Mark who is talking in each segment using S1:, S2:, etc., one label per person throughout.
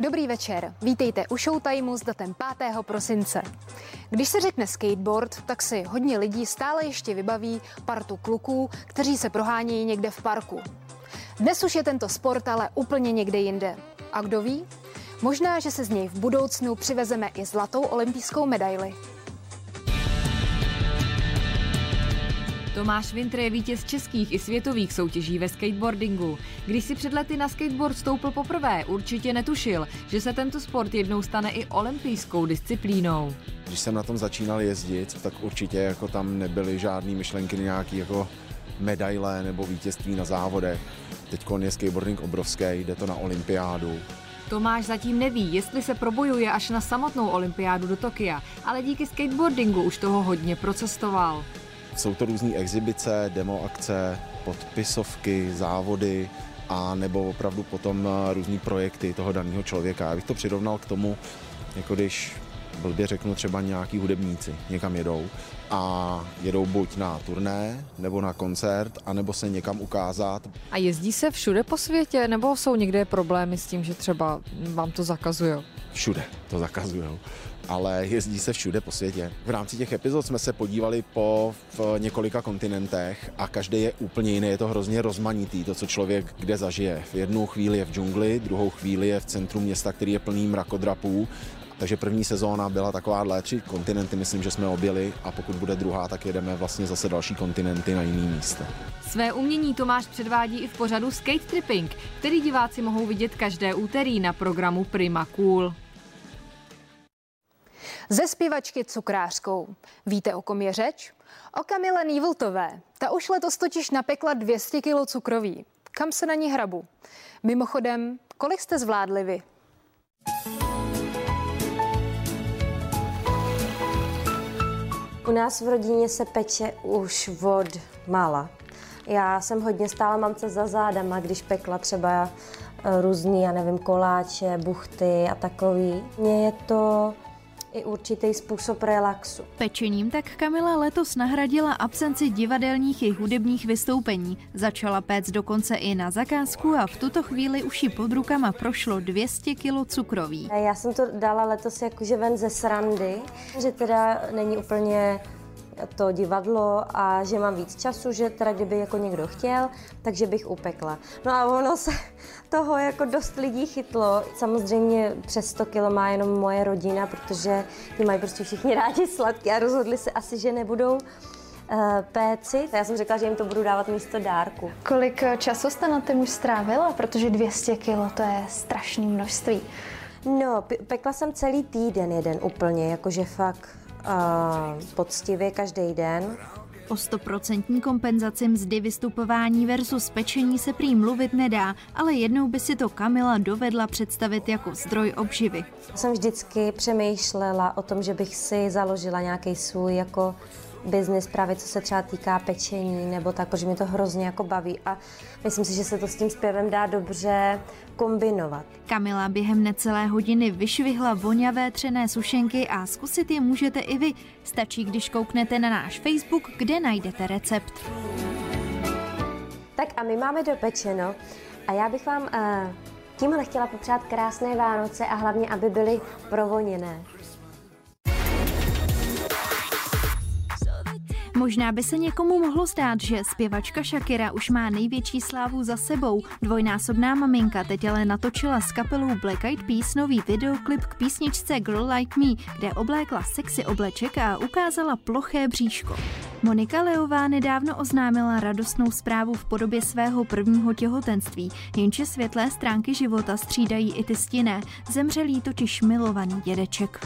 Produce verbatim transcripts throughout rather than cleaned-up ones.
S1: Dobrý večer, vítejte u Showtimeu s datem pátého prosince. Když se řekne skateboard, tak si hodně lidí stále ještě vybaví partu kluků, kteří se prohánějí někde v parku. Dnes už je tento sport ale úplně někde jinde. A kdo ví? Možná, že se z něj v budoucnu přivezeme i zlatou olympijskou medaili.
S2: Tomáš Vintr je vítěz českých i světových soutěží ve skateboardingu. Když si před lety na skateboard stoupil poprvé, určitě netušil, že se tento sport jednou stane i olympijskou disciplínou.
S3: Když jsem na tom začínal jezdit, tak určitě jako tam nebyly žádné myšlenky nějaký jako medaile nebo vítězství na závodech. Teď je skateboarding obrovský, jde to na olympiádu.
S2: Tomáš zatím neví, jestli se probojuje až na samotnou olympiádu do Tokia, ale díky skateboardingu už toho hodně procestoval.
S3: Jsou to různé exibice, demo akce, podpisovky, závody a nebo opravdu potom různý projekty toho daného člověka. Já bych to přirovnal k tomu, jako když blbě řeknu třeba nějaký hudebníci někam jedou a jedou buď na turné, nebo na koncert, anebo se někam ukázat.
S4: A jezdí se všude po světě, nebo jsou někde problémy s tím, že třeba vám to zakazujou?
S3: Všude to zakazujou, ale jezdí se všude po světě. V rámci těch epizod jsme se podívali po v několika kontinentech a každý je úplně jiný, je to hrozně rozmanitý, to, co člověk kde zažije. V jednu chvíli je v džungli, druhou chvíli je v centru města, který je plný mrakodrapů. Takže první sezóna byla takováhle, tři kontinenty, myslím, že jsme objeli a pokud bude druhá, tak jedeme vlastně zase další kontinenty na jiný místa.
S2: Své umění Tomáš předvádí i v pořadu Skate Tripping, který diváci mohou vidět každé úterý na programu Prima Cool.
S1: Ze zpěvačky cukrářkou. Víte, o kom je řeč? O Kamile Nývltové. Ta už letos totiž napekla dvě stě kilo cukroví. Kam se na ní hrabu? Mimochodem, kolik jste zvládli vy?
S5: U nás v rodině se peče už od mála. Já jsem hodně stála mamce za zádama, když pekla třeba různý, já nevím, koláče, buchty a takový. Mně je to i určitý způsob relaxu.
S6: Pečením tak Kamila letos nahradila absenci divadelních i hudebních vystoupení. Začala péct dokonce i na zakázku a v tuto chvíli už ji pod rukama prošlo dvě stě kilo cukroví.
S5: Já jsem to dala letos jakože ven ze srandy, že teda není úplně to divadlo a že mám víc času, že teda kdyby jako někdo chtěl, takže bych upekla. No a ono se toho jako dost lidí chytlo. Samozřejmě přes sto kilo má jenom moje rodina, protože ty mají prostě všichni rádi sladké a rozhodli se asi, že nebudou uh, péci. Já jsem řekla, že jim to budu dávat místo dárku.
S7: Kolik času jste na tím už strávila? Protože dvě stě kilo to je strašné množství.
S5: No, pekla jsem celý týden jeden úplně, jakože fakt Uh, poctivě každý den.
S6: O stoprocentní kompenzaci mzdy vystupování versus pečení se prý mluvit nedá, ale jednou by si to Kamila dovedla představit jako zdroj obživy.
S5: Jsem vždycky přemýšlela o tom, že bych si založila nějaký svůj jako biznis, právě co se třeba týká pečení nebo tak, protože mi to hrozně jako baví a myslím si, že se to s tím zpěvem dá dobře kombinovat.
S6: Kamila během necelé hodiny vyšvihla voňavé třené sušenky a zkusit je můžete i vy. Stačí, když kouknete na náš Facebook, kde najdete recept.
S5: Tak a my máme dopečeno a já bych vám uh, tímhle chtěla popřát krásné Vánoce a hlavně, aby byly provoněné.
S6: Možná by se někomu mohlo zdát, že zpěvačka Shakira už má největší slávu za sebou. Dvojnásobná maminka teď ale natočila s kapelou Black Eyed Peas nový videoklip k písničce Girl Like Me, kde oblékla sexy obleček a ukázala ploché bříško. Monika Leová nedávno oznámila radostnou zprávu v podobě svého prvního těhotenství, jenže světlé stránky života střídají i ty stinné. Zemřel jí totiž milovaný dědeček.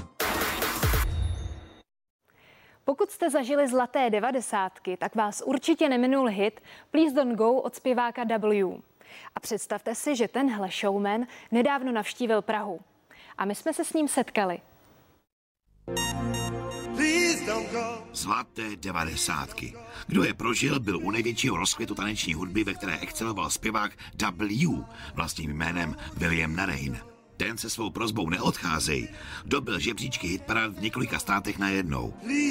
S1: Pokud jste zažili zlaté devadesátky, tak vás určitě neminul hit Please Don't Go od zpěváka W. A představte si, že tenhle showman nedávno navštívil Prahu. A my jsme se s ním setkali.
S8: Zlaté devadesátky. Kdo je prožil, byl u největšího rozkvětu taneční hudby, ve které exceloval zpěvák W, vlastním jménem William Narain. Ten se svou prosbou neodcházej dobil žebříčky hitparád v několika státech najednou.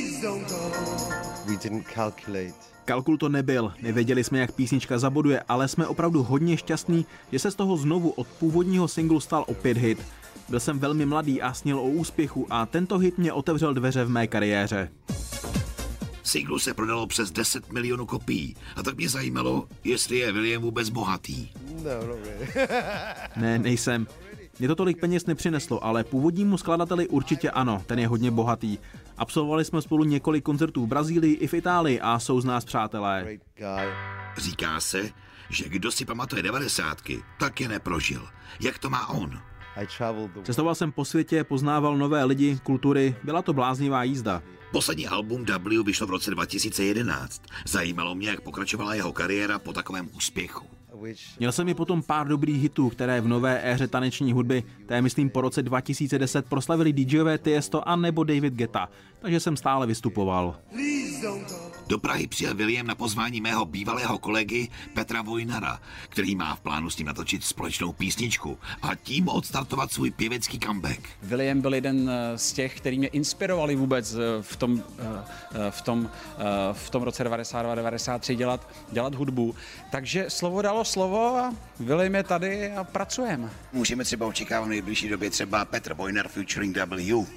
S9: Kalkul to nebyl, nevěděli jsme, jak písnička zaboduje, ale jsme opravdu hodně šťastní, že se z toho znovu od původního singlu stal opět hit. Byl jsem velmi mladý a snil o úspěchu a tento hit mě otevřel dveře v mé kariéře.
S8: Singlu se prodalo přes deset milionů kopií a tak mě zajímalo, jestli je William vůbec bohatý.
S10: No, no,
S9: Ne, nejsem. Mě to tolik peněz nepřineslo, ale původnímu skladateli určitě ano, ten je hodně bohatý. Absolvovali jsme spolu několik koncertů v Brazílii i v Itálii a jsou z nás přátelé.
S8: Říká se, že kdo si pamatuje devadesátky, tak je neprožil. Jak to má on?
S9: Cestoval jsem po světě, poznával nové lidi, kultury, byla to bláznivá jízda.
S8: Poslední album W vyšlo v roce dva tisíce jedenáct. Zajímalo mě, jak pokračovala jeho kariéra po takovém úspěchu.
S9: Měl jsem i potom pár dobrých hitů, které v nové éře taneční hudby, té myslím po roce dva tisíce deset, proslavili DJové Tiesto a nebo David Guetta, takže jsem stále vystupoval.
S8: Do Prahy přijel William na pozvání mého bývalého kolegy Petra Vojnara, který má v plánu s ním natočit společnou písničku a tím odstartovat svůj pěvecký comeback.
S11: William byl jeden z těch, který mě inspirovali vůbec v tom, v tom, v tom roce devadesát dva devadesát tři dělat, dělat hudbu. Takže slovo dalo slovo a William je tady a pracujeme.
S8: Můžeme třeba očekávat v nejbližší době třeba Petr Vojnar featuring W.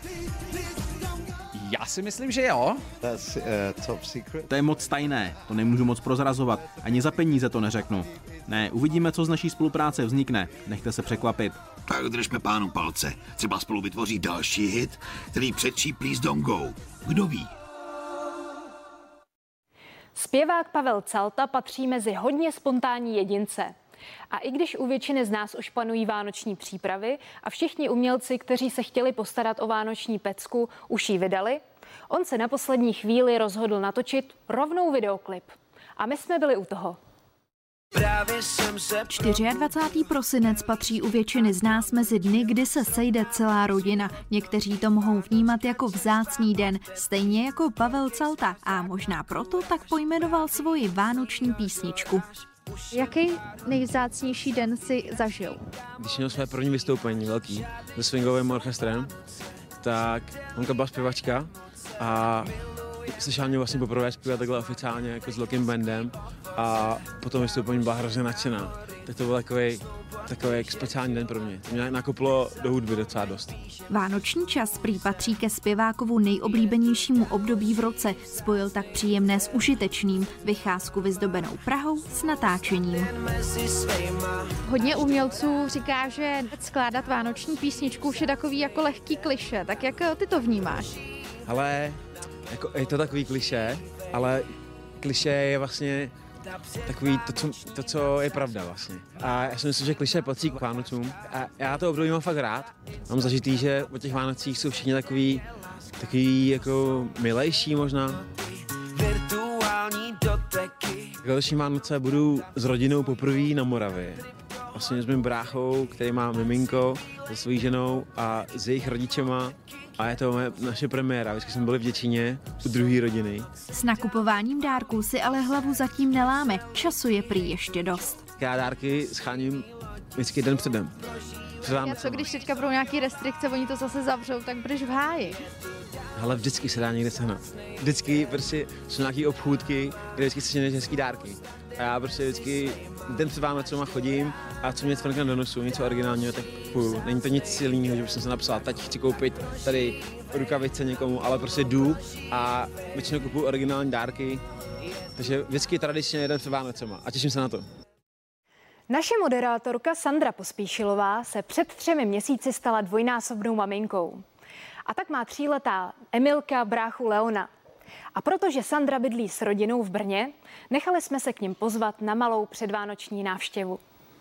S11: Já si myslím, že jo.
S10: That's, uh, top secret.
S9: To je moc tajné, to nemůžu moc prozrazovat, ani za peníze to neřeknu. Ne, uvidíme, co z naší spolupráce vznikne, nechte se překvapit.
S8: Tak držme pánu palce, třeba spolu vytvoří další hit, který předčí Please Don't Go. Kdo ví?
S1: Zpěvák Pavel Calta patří mezi hodně spontánní jedince. A i když u většiny z nás už panují vánoční přípravy a všichni umělci, kteří se chtěli postarat o vánoční pecku, už ji vydali, on se na poslední chvíli rozhodl natočit rovnou videoklip. A my jsme byli u toho.
S6: dvacátého čtvrtého prosinec patří u většiny z nás mezi dny, kdy se sejde celá rodina. Někteří to mohou vnímat jako vzácný den, stejně jako Pavel Calta a možná proto tak pojmenoval svoji vánoční písničku.
S7: Jaký nejvzácnější den si zažil?
S12: Když měl své první vystoupení velký se swingovým orchestrem, tak mamka byla zpěvačka a slyšela mě vlastně poprvé zpívat takhle oficiálně jako s velkým bandem a potom vystoupení byla hrozně nadšená. Tak to byl takový, takový speciální den pro mě. To mě nakoplo do hudby docela dost.
S6: Vánoční čas prý patří ke zpěvákovu nejoblíbenějšímu období v roce. Spojil tak příjemné s užitečným, vycházku vyzdobenou Prahou s natáčením.
S7: Hodně umělců říká, že skládat vánoční písničku už je takový jako lehký klišé. Tak jak ty to vnímáš?
S12: Ale jako, je to takový klišé, ale klišé je vlastně takový to co, to, co je pravda vlastně. A já si myslím, že klišé patří k Vánocům. A já to období mám fakt rád. Mám zažitý, že o těch Vánocích jsou všichni takový, takový jako milejší možná. Letošní Vánoce budu s rodinou poprvé na Moravě. Vlastně s mým bráchou, který má miminko, se svojí ženou a s jejich rodičema. A je to naše premiéra, vždycky jsme byli v Děčíně u druhé rodiny.
S6: S nakupováním dárků si ale hlavu zatím neláme, času je prý ještě dost.
S12: Já dárky scháním vždycky den předem.
S7: A co když teďka budou nějaký restrikce, oni to zase zavřou, tak budeš v háji.
S12: Ale vždycky se dá někde sehnat. Vždycky prostě jsou nějaký obchůdky, kde vždycky se ženeš hezký dárky. A já prostě vždycky den před Vánocema chodím a co mě cvrkne do nosu, něco originálního, tak kupuju. Není to nic silného, že bych se napsal, teď chci koupit tady rukavice někomu, ale prostě jdu a většinou kupuju originální dárky. Takže vždycky tradičně jeden před Vánocema a těším se na to.
S1: Naše moderátorka Sandra Pospíšilová se před třemi měsíci stala dvojnásobnou maminkou. A tak má tříletá Emilka bráchu Leona. A protože Sandra bydlí s rodinou v Brně, nechali jsme se k nim pozvat na malou předvánoční návštěvu.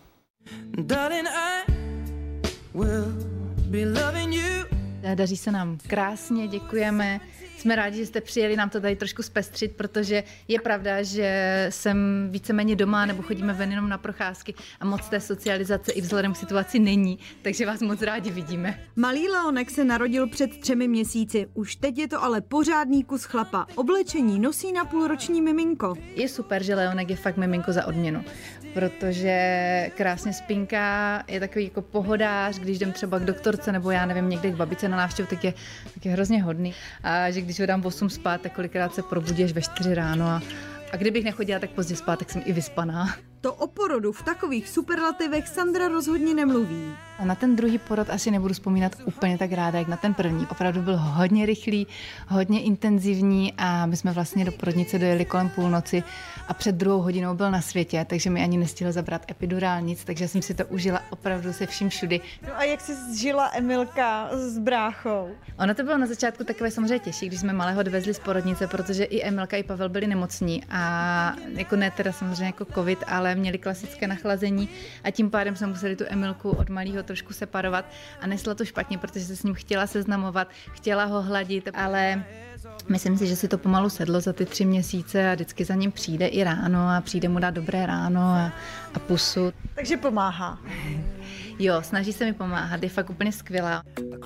S13: Daří se nám krásně, děkujeme. Jsme rádi, že jste přijeli nám to tady trošku zpestřit, protože je pravda, že jsem víceméně doma nebo chodíme ven jenom na procházky a moc té socializace i vzhledem k situaci není, takže vás moc rádi vidíme.
S14: Malý Leonek se narodil před třemi měsíci, už teď je to ale pořádný kus chlapa. Oblečení nosí na půlroční miminko.
S13: Je super, že Leonek je fakt miminko za odměnu, protože krásně spinká, je takový jako pohodář, když jdem třeba k doktorce nebo já nevím, někde k babice na návštěvu, tak je, tak je hrozně hodný. A že když ho dám v osm spát, tak kolikrát se probudíš ve čtyři ráno a, a kdybych nechodila tak pozdě spát, tak jsem i vyspaná.
S14: To o porodu v takových superlativech Sandra rozhodně nemluví.
S13: A na ten druhý porod asi nebudu vzpomínat úplně tak ráda, jak na ten první. Opravdu byl hodně rychlý, hodně intenzivní a my jsme vlastně do porodnice dojeli kolem půlnoci a před druhou hodinou byl na světě, takže mi ani nestihl zabrat epidurál, nic, takže jsem si to užila opravdu se vším všudy.
S14: No a jak jsi žila Emilka s bráchou?
S13: Ono to bylo na začátku takové samozřejmě těžší, když jsme malého odvezli z porodnice, protože i Emilka, i Pavel byli nemocní a jako ne teda samozřejmě jako covid, ale měli klasické nachlazení a tím pádem jsme museli tu Emilku od malého trošku separovat a nesla to špatně, protože se s ním chtěla seznamovat, chtěla ho hladit, ale myslím si, že si to pomalu sedlo za ty tři měsíce a vždycky za ním přijde i ráno a přijde mu dát dobré ráno a, a pusu.
S14: Takže pomáhá.
S13: Jo, snaží se mi pomáhat, je fakt úplně skvělá.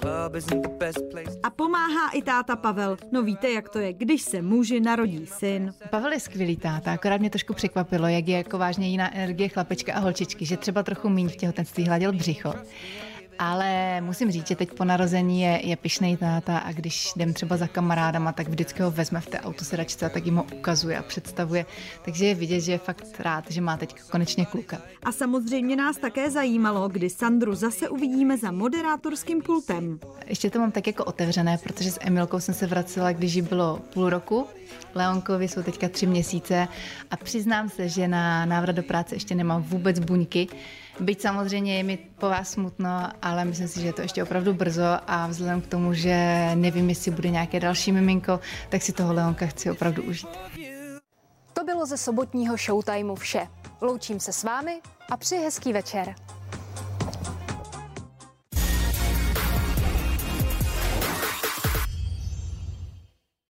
S14: A pomáhá i táta Pavel. No víte, jak to je, když se muži narodí syn.
S13: Pavel je skvělý táta, akorát mě trošku překvapilo, jak je jako vážně jiná energie chlapečka a holčičky, že třeba trochu míň v těhotenství hladil břicho. Ale musím říct, že teď po narození je, je pyšnej táta a když jdem třeba za kamarádama, tak vždycky ho vezme v té autosedačce a tak jim ho ukazuje a představuje. Takže je vidět, že je fakt rád, že má teď konečně kluka.
S14: A samozřejmě nás také zajímalo, kdy Sandru zase uvidíme za moderátorským pultem.
S13: Ještě to mám tak jako otevřené, protože s Emilkou jsem se vracela, když jí bylo půl roku. Leonkovi jsou teďka tři měsíce a přiznám se, že na návrat do práce ještě nemám vůbec buňky. Byť samozřejmě je mi po vás smutno, ale myslím si, že je to ještě opravdu brzo a vzhledem k tomu, že nevím, jestli bude nějaké další miminko, tak si toho Leonka chci opravdu užít.
S1: To bylo ze sobotního Showtimeu vše. Loučím se s vámi a přeji hezký večer.